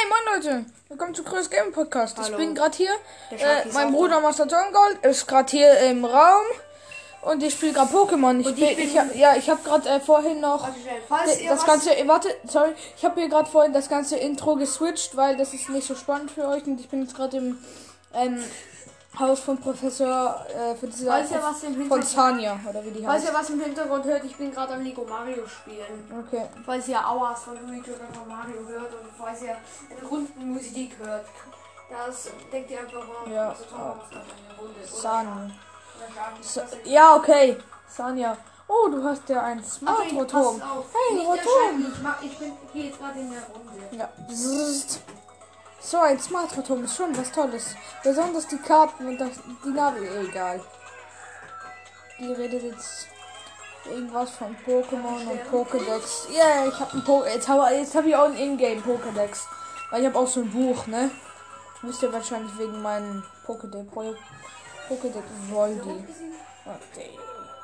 moin Leute, willkommen zu Chris Game Podcast. Hallo. Ich bin gerade hier, mein auch Bruder da. Master John Gold ist gerade hier im Raum und ich spiele gerade Pokémon. Ich habe gerade vorhin noch das ganze, ich habe hier gerade vorhin das ganze Intro geswitcht, weil das ist nicht so spannend für euch und ich bin jetzt gerade im Haus von Professor von Sanja oder wie die heißt. Falls ihr was im Hintergrund hört, ich bin gerade am Lego Mario spielen. Okay. Falls ihr Auas von Luigi oder von Mario hört und falls ihr eine Rundenmusik hört, das denkt ihr einfach mal, Ja. was eine Runde ist. Sanja. Ja, okay. Sanja. Oh, du hast ja ein Smart Rotom. Hey, Rotom! Ich gehe jetzt gerade in der Runde. Ja. Bzzzt. So ein Smart Rotom ist schon was Tolles. Besonders die Karten und die Navi. Egal. Die redet jetzt irgendwas von Pokémon und Pokédex. Ja, ich habe jetzt hab ich auch ein Ingame Pokédex. Weil ich habe auch so ein Buch, ne? Wisst ihr wahrscheinlich wegen meinem Pokédex Voldy. Okay.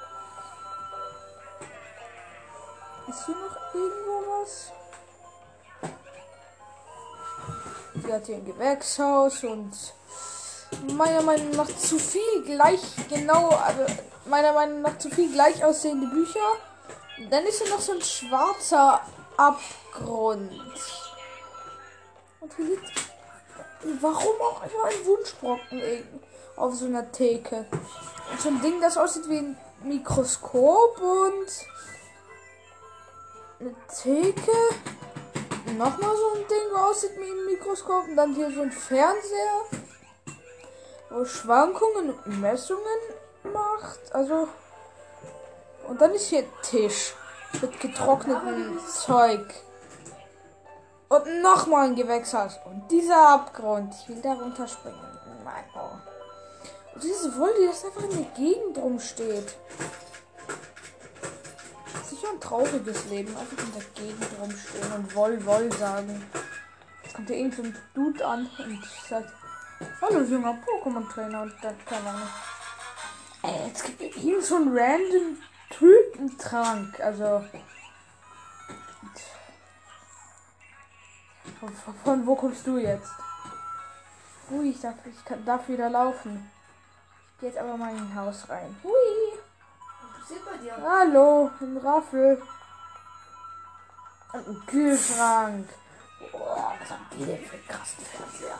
Ist hier noch irgendwo was? Die hat hier ein Gewächshaus und meiner Meinung nach zu viel gleich aussehende Bücher. Dann ist hier noch so ein schwarzer Abgrund. Und hier liegt warum auch immer ein Wunschbrocken auf so einer Theke. Und so ein Ding, das aussieht wie ein Mikroskop und eine Theke. Nochmal so ein Ding, was aussieht wie ein Mikroskop. Und dann hier so ein Fernseher, wo Schwankungen und Messungen macht. Also. Und dann ist hier ein Tisch mit getrocknetem Zeug. Und nochmal ein Gewächshaus. Und dieser Abgrund. Ich will da runterspringen. Mein Gott. Und diese Wolde, das einfach in der Gegend rumsteht. Sicher ein trauriges Leben. Einfach in der Gegend rumstehen und Woll sagen. Jetzt kommt hier irgend so ein Dude an und sagt: Hallo junger Pokémon-Trainer. Und dann keine Ahnung. Jetzt gibt es irgend so einen random Typentrank. Also. Von wo kommst du jetzt? Hui, ich darf wieder laufen. Ich gehe jetzt aber mal in ein Haus rein. Hui. Was passiert bei dir? Hallo, ein Raffel. Und ein Kühlschrank. Boah, was haben die denn für einen krassen Fernseher?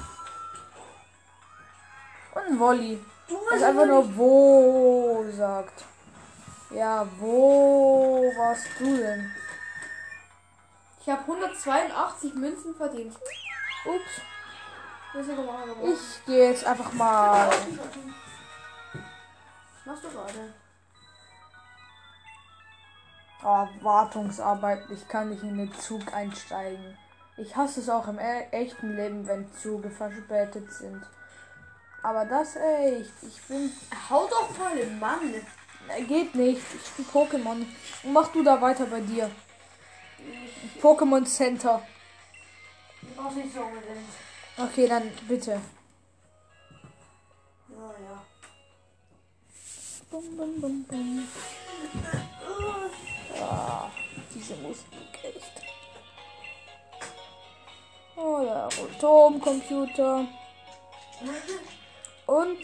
Und ein Wolli. Das einfach nur wo sagt. Ja, wo warst du denn? Ich habe 182 Münzen verdient. Ups. Ich Ich gehe jetzt einfach mal. Was machst du gerade? Wartungsarbeit. Ich kann nicht in den Zug einsteigen. Ich hasse es auch im echten Leben, wenn Züge verspätet sind. Aber das echt. Ich bin. Hau doch voll den Mann. Geht nicht. Ich spiele Pokémon. Und mach du da weiter bei dir. Pokémon Center. Ich brauch's nicht so unbedingt. Okay, dann bitte. Ja. Bum, bum, bum, bum. Diese Musik echt. Oh, der Atomcomputer. Und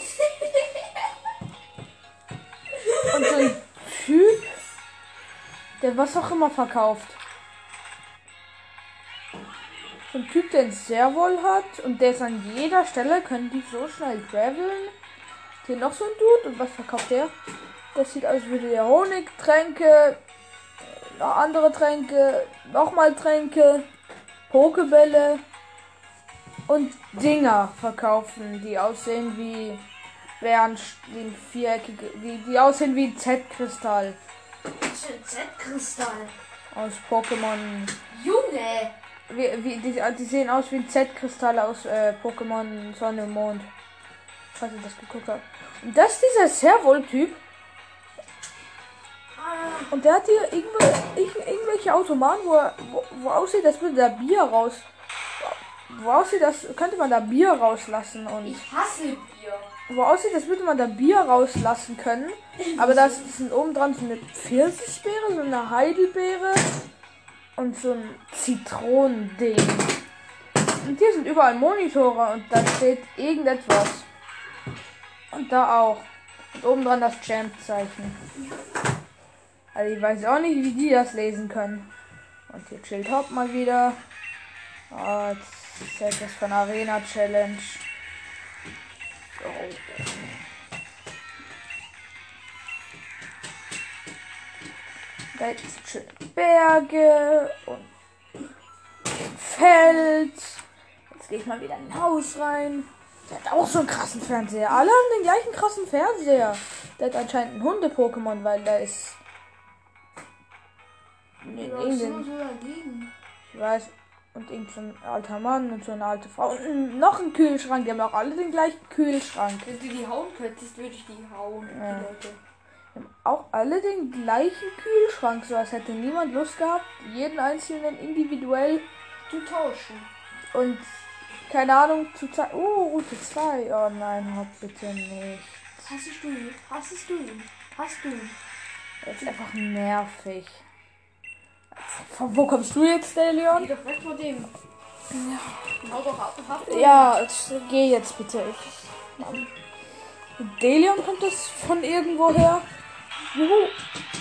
so ein Typ, der was auch immer verkauft. So ein Typ, der ein Servol hat und der ist an jeder Stelle, können die so schnell traveln. Hier noch so ein Dude und was verkauft der? Das sieht aus, als würde der Honigtränke, noch andere Tränke, nochmal Tränke, Pokebälle und Dinger verkaufen, die aussehen wie ein viereckige, die aussehen wie ein Z-Kristall. Was für ein Z-Kristall? Aus Pokémon. Junge! Die sehen aus wie ein Z-Kristall aus Pokémon Sonne und Mond. Falls ihr das geguckt habt. Und das ist dieser Servol-Typ. Und der hat hier irgendwelche Automaten, wo aussieht, als würde da Bier raus. Wo aussieht, das könnte man da Bier rauslassen. Und Ich hasse Bier. wo aussieht, als würde man da Bier rauslassen können. Aber das sind oben dran so eine Pfirsichbeere, so eine Heidelbeere und so ein Zitronending. Und hier sind überall Monitore und da steht irgendetwas. Und da auch. Und oben dran das Champ-Zeichen. Also ich weiß auch nicht, wie die das lesen können. Und hier chillt Hop mal wieder. Oh, jetzt zählt das von Arena Challenge. So. Da jetzt schöne Berge und Feld. Jetzt gehe ich mal wieder in ein Haus rein. Der hat auch so einen krassen Fernseher. Alle haben den gleichen krassen Fernseher. Der hat anscheinend ein Hunde-Pokémon, weil da ist. Ich weiß. Und irgend so ein alter Mann und so eine alte Frau. Und noch ein Kühlschrank. Die haben auch alle den gleichen Kühlschrank. Wenn du die hauen könntest, würde ich die hauen, Ja. die Leute. Die haben auch alle den gleichen Kühlschrank. So als hätte niemand Lust gehabt, jeden einzelnen individuell Zu tauschen. und keine Ahnung zu zeigen. Oh, Route 2. Oh nein, Hop, bitte nicht. Hast du ihn? Hast du ihn? Hast du ihn? Das ist einfach nervig. Von wo kommst du jetzt, Delion? Geh doch weg von dem. Ja. Hau doch ab und hab ihn. Ja, geh jetzt bitte. Delion kommt das von irgendwoher. Juhu.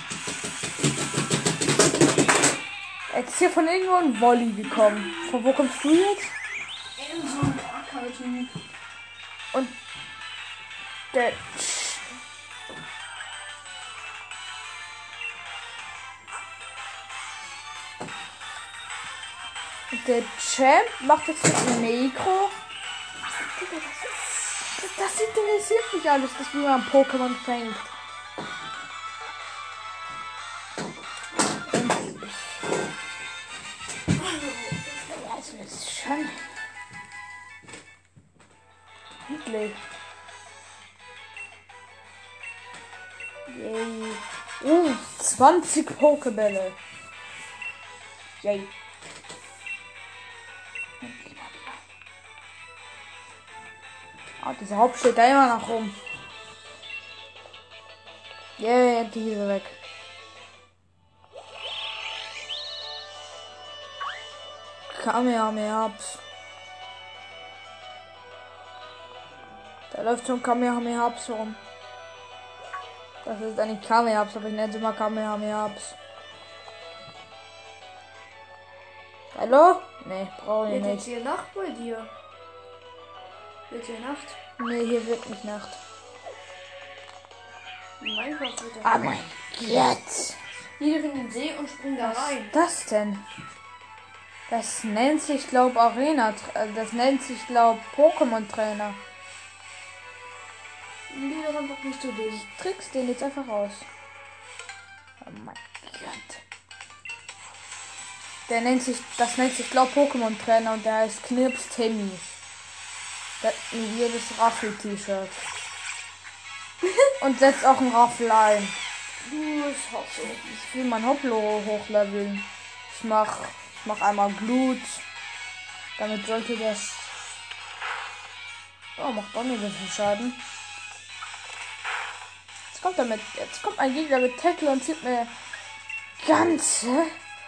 Jetzt ist hier von irgendwo ein Volley gekommen. Von wo kommst du jetzt? So ein Ackertyp. Und der Der Champ macht jetzt mit dem Mikro. Das interessiert mich alles, dass wie man Pokémon fängt. Also das ist schon niedlich. Yay. 20 Pokébälle. Yay. Ah, dieser Haupt steht da immer noch rum. Yay, endlich ist er weg. Kamehamehaps. Da läuft schon Kamehamehaps rum. Das ist eigentlich Kamehaps, aber ich nenne sie mal Kamehamehaps. Hallo? Ne, brauche ich Wird nicht. jetzt hier Nacht bei dir? Wird hier Nacht? Ne, hier wird nicht Nacht. In Minecraft wird Ah mein Gott. Jeder in den See und springt da rein. Was ist das denn? Das nennt sich, glaub, Arena. Das nennt sich, glaub, Pokémon Trainer. Geh doch einfach nicht zu dem. Trickst den jetzt einfach raus. Oh mein Gott. Das nennt sich, glaub, Pokémon Trainer und der heißt Knirps Timmy. Der hat ein jedes Raffel-T-Shirt. Und setzt auch ein Raffel ein. Du bist Hoppe. Ich will mein Hoplo hochleveln. Ich mach einmal Glut. Damit sollte das. Oh, macht auch nicht so viel Schaden. Jetzt kommt ein Gegner mit Tackle und zieht mir ganze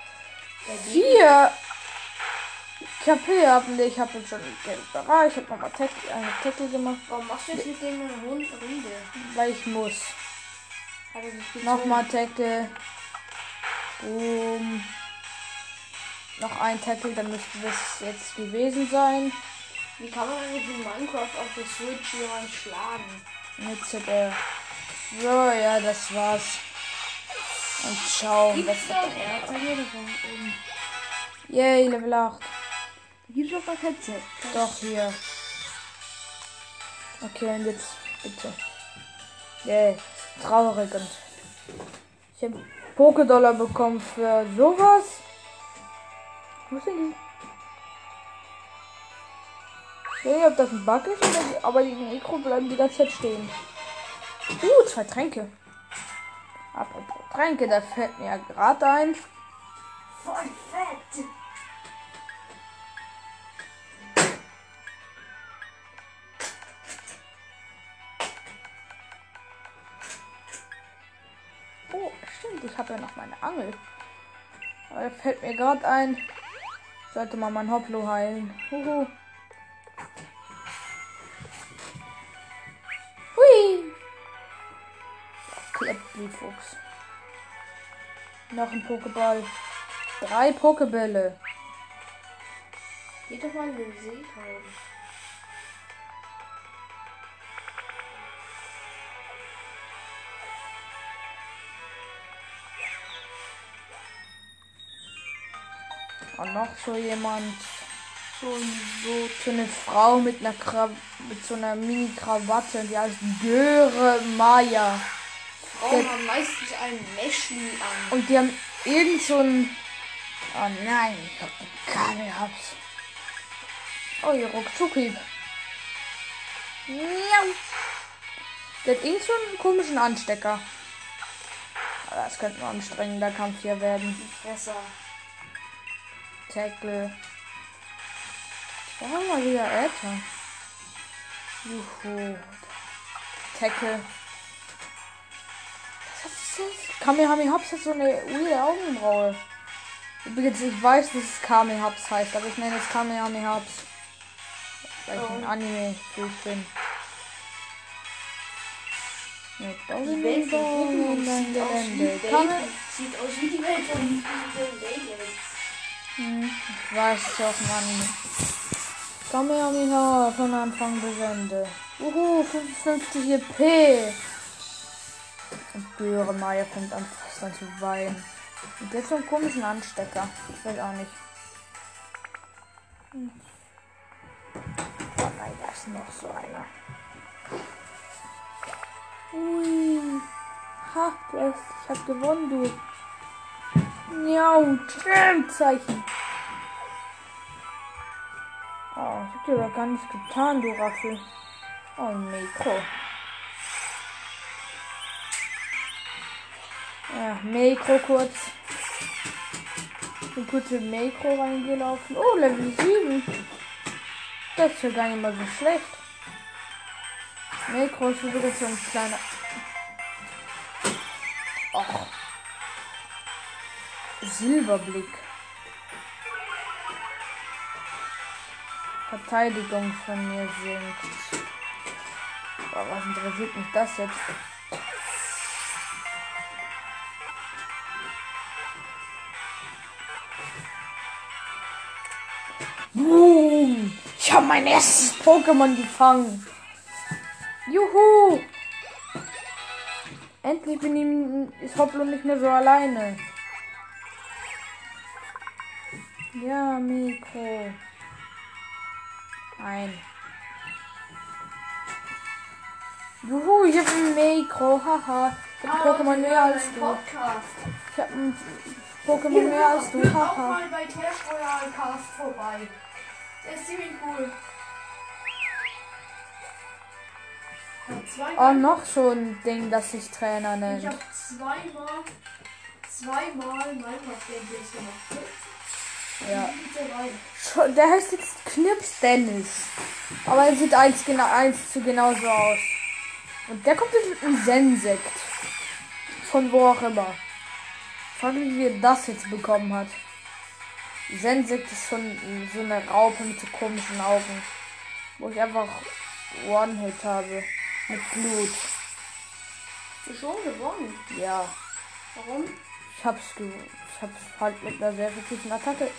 4 KP ab. Nee, ich habe jetzt schon Geld bereit. Ich habe nochmal Tackle gemacht. Warum machst du jetzt mit dem eine Runde? Weil ich muss. Hat er sich gezogen? Nochmal Tackle. Boom. Noch ein Tackle, dann müsste das jetzt gewesen sein. Wie kann man eigentlich in Minecraft auf der Switch jemanden schlagen? Mit ZR. So, ja, das war's. Und ciao. Gibt's da ein R-Zeichen davon oben? Yay, Level 8. Gibt's doch gar kein Z. Doch, hier. Okay, und jetzt bitte. Yay. Traurig und ich habe Pokédollar bekommen für sowas. Wo sind die? Ich weiß nicht, ob das ein Bug ist, aber die Mikro bleiben die ganze Zeit stehen. 2 Tränke. Apropos Tränke, da fällt mir ja gerade ein. Voll fett. Oh, stimmt, ich habe ja noch meine Angel. Aber da fällt mir gerade ein. Sollte mal mein Hoplo heilen. Huhu. Hui. Klettblutfuchs. Noch ein Pokéball. 3 Pokébälle. Geht doch mal in den See rein. Und noch so jemand. So eine Frau mit mit so einer Mini-Krawatte. Die heißt Göre Maya. Frauen haben meistens einen Meschli an. Und die haben irgend so ein... Oh nein, ich hab den Kabelhaps. Oh, ihr Ruckzucki. Der hat irgend so einen komischen Anstecker. Aber das könnte ein anstrengender Kampf hier werden. Besser. Tackle. Da haben wir wieder älter. Juhu. Tackle. Was ist das? Kamehamehaps hat so eine weirde Augenbraue. Übrigens, ich weiß, dass es Kamehaps heißt, aber ich nenne es Kamehamehaps. Weil ich ein Anime-Freak bin. Mit Die Welt von Pokémon sieht aus wie Gelände. Sieht aus wie die Welt von Beyblades. Ich weiß es auch im Anime. Kamehameha von Anfang bis Ende. 55 EP. Und Göre Maya fängt an fast an zu weinen. Und jetzt so einen komischen Anstecker. Ich weiß auch nicht. Oh nein, da ist noch so einer. Ui. Ha, ich hab gewonnen, du. Miau, Sternzeichen. Oh, ich hab dir doch gar nichts getan, du Raffel. Oh, Mikro. Ja, Mikro kurz. Bin kurz in Mikro reingelaufen. Oh, Level 7. Das ist ja gar nicht mal so schlecht. Mikro ist wieder so ein kleiner... Och. Silberblick. Verteidigung von mir sinkt. Oh, was interessiert mich das jetzt? Boom! Ich habe mein erstes Pokémon gefangen. Juhu! Endlich ist Hoplo nicht mehr so alleine. Ja, Mikro. Nein. Juhu, ich habe ein Mikro. Haha. Ich hab Pokémon mehr als du. Ich habe ein Pokémon mehr als du. Auch Haha. mal bei Clash Royale Cast vorbei. Der ist ziemlich cool. Oh, noch so ein Ding, das sich Trainer Ich nennt. habe zweimal Minecraft-Gameplays gemacht. Ja. Der heißt jetzt Knips Dennis. Aber er sieht eins zu genauso aus. Und der kommt jetzt mit einem Sensekt. Von wo auch immer. Frag mich, wie er das jetzt bekommen hat. Sensekt ist schon so eine Raupe mit so komischen Augen. Wo ich einfach One-Hit habe. Mit Blut. Du schon gewonnen. Ja. Warum? Ich hab's halt mit einer sehr effektiven Attacke.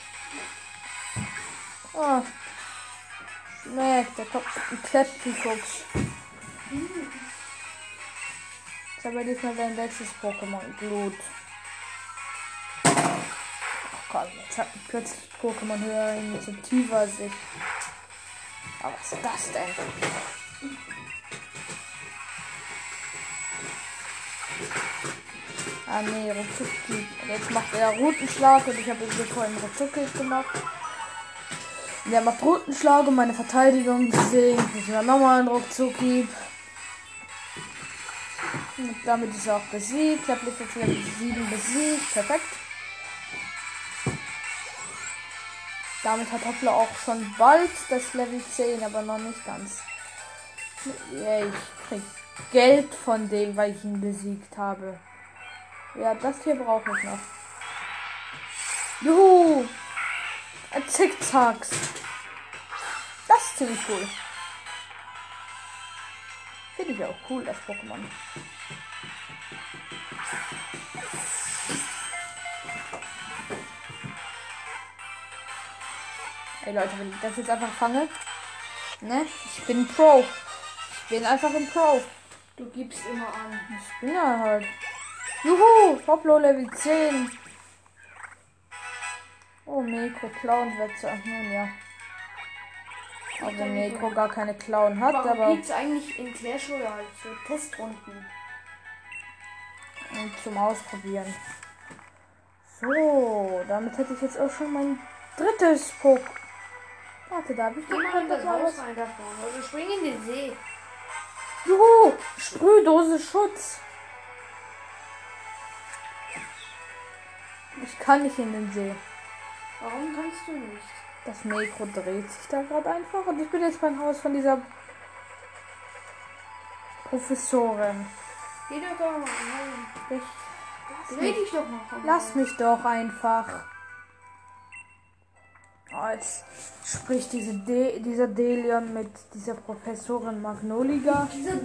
Oh. Schmeckt, der kommt mit einem Klettfuchs. Ist aber diesmal dein letztes Pokémon. Blut. Oh Gott, jetzt hat plötzlich Pokémon höhere Initiative als ich. Aber was ist das denn? Ah nee, Ruckzucki. Jetzt macht er Routenschlag und ich habe ihn vorhin Ruckzucki gemacht. Und er macht Routenschlag und meine Verteidigung deswegen ist er nochmal ein Ruckzucki. Und damit ist er auch besiegt. Ich habe jetzt Level 7 besiegt. Perfekt. Damit hat Hoplo auch schon bald das Level 10, aber noch nicht ganz. Yeah, ich krieg Geld von dem, weil ich ihn besiegt habe. Ja, das hier brauche ich noch. Juhu! Zickzacks. Das ist ziemlich cool. Finde ich auch cool, das Pokémon. Ey Leute, wenn ich das jetzt einfach fange, ne? Ich bin Pro. Ich bin einfach ein Pro. Du gibst immer an. Ich bin ja halt. Juhu, Hoplo Level 10. Oh, Meko, Clown-Wetze. Nun ja. Auch wenn Meko gar keine Clown hat, Warum aber gibt's eigentlich in Clash Royale so Testrunden? zum Ausprobieren. So, damit hätte ich jetzt auch schon mein drittes Pokémon. Warte, da habe ich Geh noch mal in das was. Haus rein da vorne. Oder spring in den See. Juhu, Sprühdose Schutz. Ich kann nicht in den See. Warum kannst du nicht? Das Mikro dreht sich da gerade einfach und ich bin jetzt beim Haus von dieser Professorin. Geh doch mal rein. Dreh dich doch mal. Lass mich doch einfach. Oh, jetzt spricht dieser Delion mit dieser Professorin Magnolika.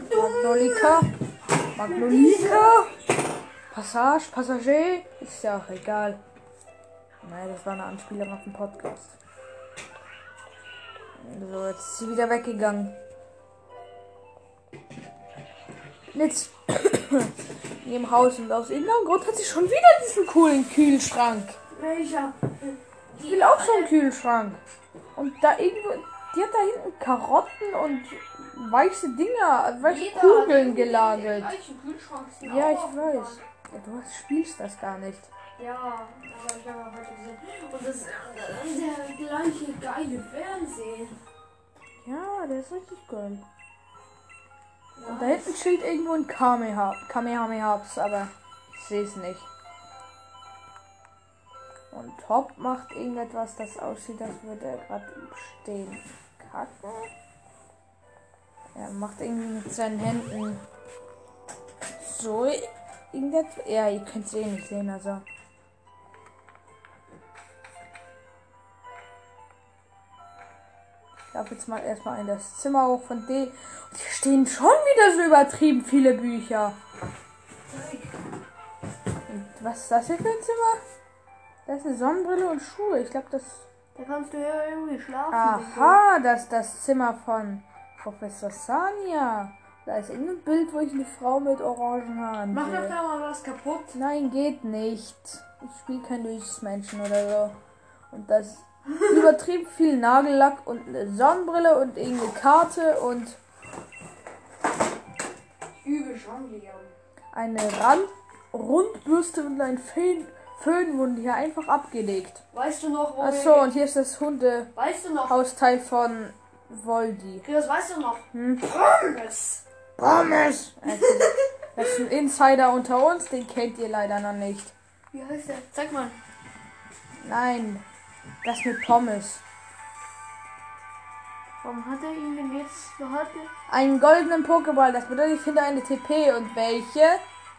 Magnolika. Passagier. Ist ja auch egal. Nein, das war eine Anspielung auf den Podcast. So, jetzt ist sie wieder weggegangen. Jetzt in ihrem Haus und aus irgendeinem Grund hat sie schon wieder diesen coolen Kühlschrank. Welcher? Ich will auch so einen Kühlschrank. Und da irgendwo, die hat da hinten Karotten und weiße Dinger, weiße Kugeln gelagert. Ja, ich weiß. Ja, du spielst das gar nicht. Ja, das habe ich aber heute gesehen. Und das ist der gleiche geile Fernsehen. Ja, der ist richtig geil. Und da hinten steht irgendwo ein Kamehameha, aber ich sehe es nicht. Und Top macht irgendetwas, das aussieht, als würde er gerade im Stehen kacken. Er macht irgendwie mit seinen Händen so irgendetwas. Ja, ihr könnt es eh nicht sehen, also. Ich laufe jetzt mal erstmal in das Zimmer hoch von D. Und hier stehen schon wieder so übertrieben viele Bücher. Und was ist das hier für ein Zimmer? Das ist eine Sonnenbrille und Schuhe. Ich glaube, das. Da kannst du ja irgendwie schlafen. Aha, das ist das Zimmer von Professor Sanja. Da ist irgendein Bild, wo ich eine Frau mit orangen Haaren Mach doch sehe. da mal was kaputt. Nein, geht nicht. Ich spiele kein Menschen oder so. Und das ist übertrieben viel Nagellack und eine Sonnenbrille und irgendeine Karte und Übel jonglieren. eine Rundbürste und ein Föhn wurden hier einfach abgelegt. Weißt du noch, wo Achso, und hier ist das Hundehausteil Weißt du noch? von Voldy. Chris, weißt du noch? Pommes! Das ist ein Insider unter uns, den kennt ihr leider noch nicht. Wie heißt der? Zeig mal. Nein, das mit Pommes. Warum hat er ihn denn jetzt behalten? Einen goldenen Pokéball, das bedeutet, ich finde eine TP und welche?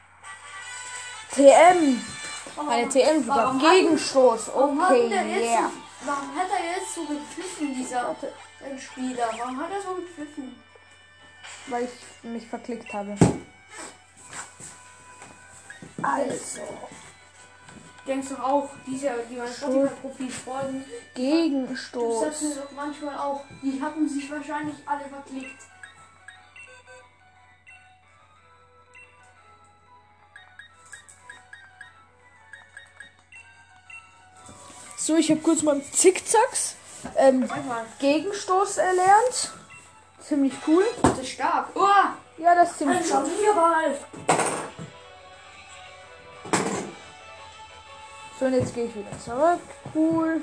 TM. Eine TM sogar. Gegenstoß. Warum hat Okay, der jetzt yeah. warum hat er jetzt so gepfiffen, dieser Spieler? Warum hat er so gepfiffen? Weil ich mich verklickt habe. Also. Denkst du auch, die mein Spotify-Profil folgen, du Gegenstoß. sagst mir doch manchmal auch, die hatten sich wahrscheinlich alle verklickt. So, ich habe kurz mal Zickzacks Sag mal, Gegenstoß erlernt. Ziemlich cool. das ist stark. Oh, Ja, das ist ein ziemlich cool. Scharnierball. So, und jetzt gehe ich wieder zurück. Cool.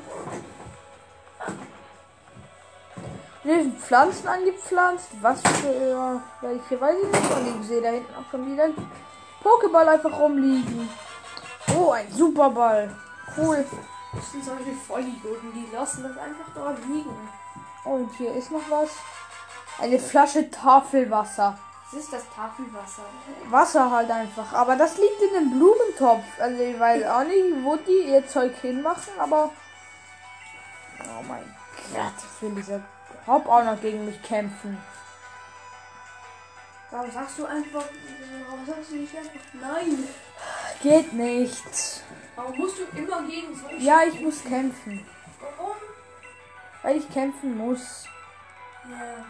Hier sind Pflanzen angepflanzt. Was für welche weiß ich nicht. Und ich sehe da hinten auch schon wieder ein Pokéball einfach rumliegen. Oh, ein Superball. Cool. Das sind solche Vollidioten, die lassen das einfach dort liegen. Und hier ist noch was. Eine Flasche Tafelwasser. Das ist das Tafelwasser. Wasser halt einfach. Aber das liegt in einem Blumentopf. Also ich weiß auch nicht, wo die ihr Zeug hinmachen, aber Oh mein Gott, ich will dieser Hopp auch noch gegen mich kämpfen. Warum sagst du einfach, warum sagst du nicht einfach nein? Geht nicht. Warum musst du immer gegen solche? Ja, ich muss kämpfen. Warum? Weil ich kämpfen muss. Ja.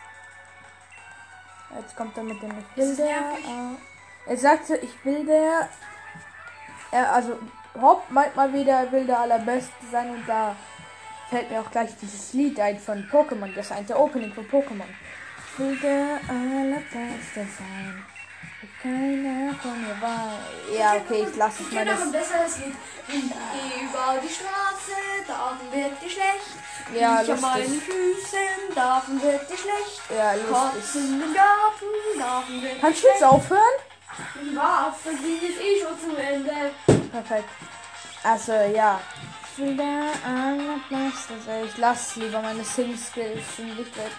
Jetzt kommt er mit dem ich Ist will es der. nervig? Er sagte, ich will der. Also Hopp meint mal wieder, er will der Allerbeste sein und da fällt mir auch gleich dieses Lied ein von Pokémon. Das ist ein der Opening von Pokémon. Ich will der Allerbeste sein. Keiner von mir war. Ja, okay, ich lasse es Ich mal. kenne noch ein besseres Lied. Ich gehe über die Straße, davon wird dir schlecht. Ja, ich an meinen lustig. Füßen, davon wird dir schlecht. Ja, lustig. Kotzen im Garten, davon wird dir Kannst du jetzt schlecht. aufhören? Was? Das Lied ist eh schon zu Ende. Perfekt. Also, ja. Ich will der Allerbeste sein. Ich lasse lieber meine Sing-Skills. Sind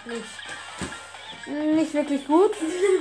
nicht wirklich gut.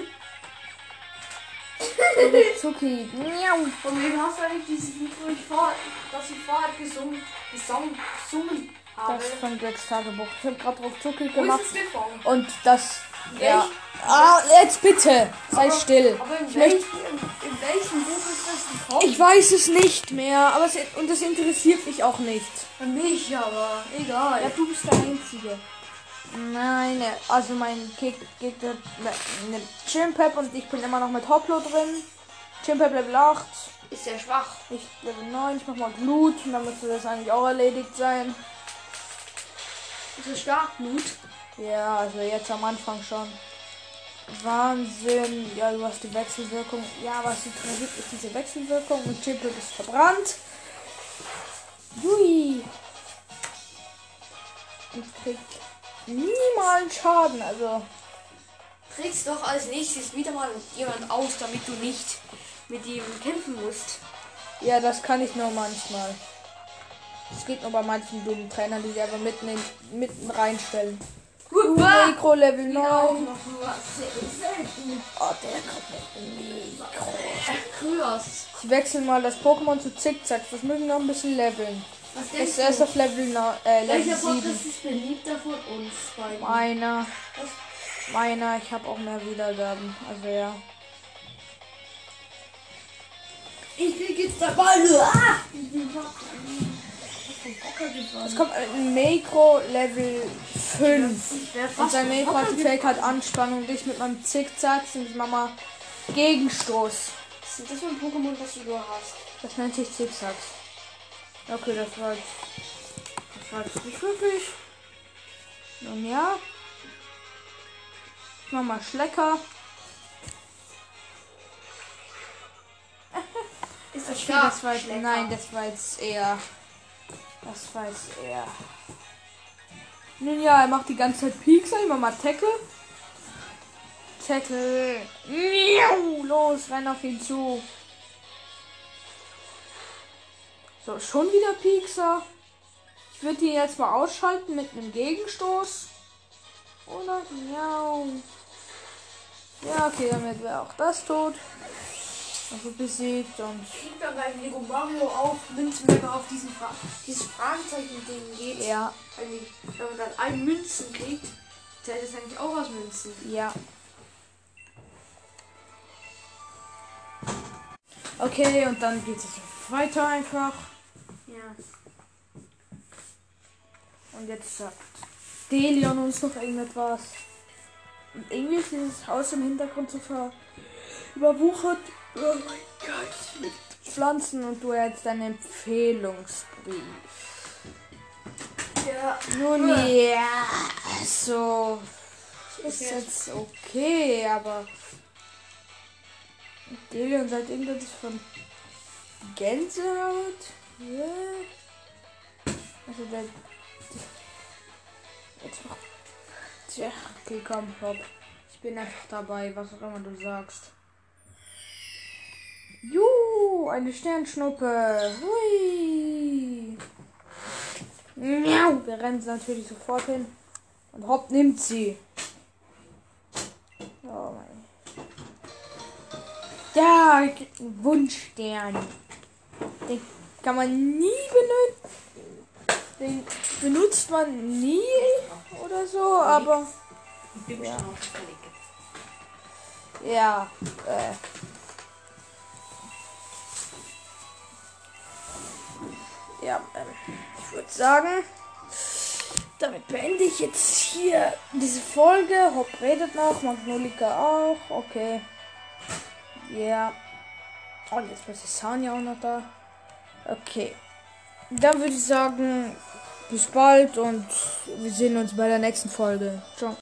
Zucki. Miau. Von wem hast du eigentlich dieses Lied, das ich vorher gesungen habe? Das ist von Gregs Tagebuch. Ich habe gerade drauf Zucki Wo gemacht. ist es gefangen? Und das. Ja. Ah, jetzt bitte. Sei still. Aber in Ich möchte- welchem Buch ist das gefangen? Ich weiß es nicht mehr. Aber das interessiert mich auch nicht. Mich aber. Egal. Ja, du bist der Einzige. Nein, also mein Gegner mit Chimpep und ich bin immer noch mit Hoplo drin. Chimpep Level 8. Ist ja schwach. Ich Level 9, ich mach mal Glut und dann müsste das eigentlich auch erledigt sein. Ist das stark, Blut? Ja, also jetzt am Anfang schon. Wahnsinn. Ja, du hast die Wechselwirkung. Ja, was die drin gibt, ist diese Wechselwirkung und Chimpep ist verbrannt. Jui. Und kriegt niemals Schaden, also. Kriegst doch als nächstes wieder mal jemand aus, damit du nicht mit ihm kämpfen musst. Ja, das kann ich nur manchmal. Das geht nur bei manchen dummen Trainern, die aber mitten reinstellen. Mikro Level 9. Auch noch nur selten. Oh, der kommt mit dem Mikro. Kryos. Ich wechsle mal das Pokémon zu Zickzack. Das müssen wir noch ein bisschen leveln. Was Das denkst ist erst du? auf Level Welcher 7. Podcast ist beliebter von uns beiden? Meiner. Was? Meiner. Ich habe auch mehr Wiedergaben. Also ja. Ich krieg jetzt der Ball. Ah! Es kommt ein Mikro Level 5. Und sein Mikro hat die Fähigkeit Anspannung. Und ich mit meinem Zickzack sind Mama Gegenstoß. Was ist das für ein Pokémon, das du da hast? Das nennt sich Zickzack. Okay, das war jetzt nicht wirklich. Nun ja. Ich mach mal Schlecker. Ist das Okay, stark? das war jetzt, Schlecker. nein, das war jetzt eher. Das war jetzt eher. Nun ja, er macht die ganze Zeit Piekser. Ich mach mal Tackle. Tackle. Miau, los, renn auf ihn zu. So, schon wieder Piekser. Ich würde ihn jetzt mal ausschalten mit einem Gegenstoß. Oder? Miau. Ja, okay, damit wäre auch das tot. Also besiegt und. Kriegt dann beim Lego Mario auf Münzen, wenn man auf dieses Fragezeichen-Ding geht. Ja, Wenn man dann ein Münzen kriegt, zählt das eigentlich auch aus Münzen. ja. Okay, und dann geht es weiter einfach. Ja. Und jetzt sagt Delion uns noch irgendetwas. Und irgendwie ist dieses Haus im Hintergrund so überwuchert. Oh mein Gott. Mit Pflanzen und du jetzt deinen Empfehlungsbrief. Ja. Nun ja, so ist jetzt okay, aber Delion sagt irgendwas von Gänsehaut. Ja. Also der jetzt noch. Tja, okay, komm, Bob. Ich bin einfach dabei, was auch immer du sagst. Eine Sternschnuppe. Hui. Miau. Wir rennen natürlich sofort hin. Und Hopp nimmt sie. Oh mein. Ja, ich krieg einen Wunschstern. Den kann man nie benutzen. Den benutzt man nie oder so, aber ja. Ja, ja, ich würde sagen, damit beende ich jetzt hier diese Folge. Hopp redet noch, Magnolika auch, okay. Ja. Und jetzt ist Sanja auch noch da. Okay. Dann würde ich sagen, bis bald und wir sehen uns bei der nächsten Folge. Ciao.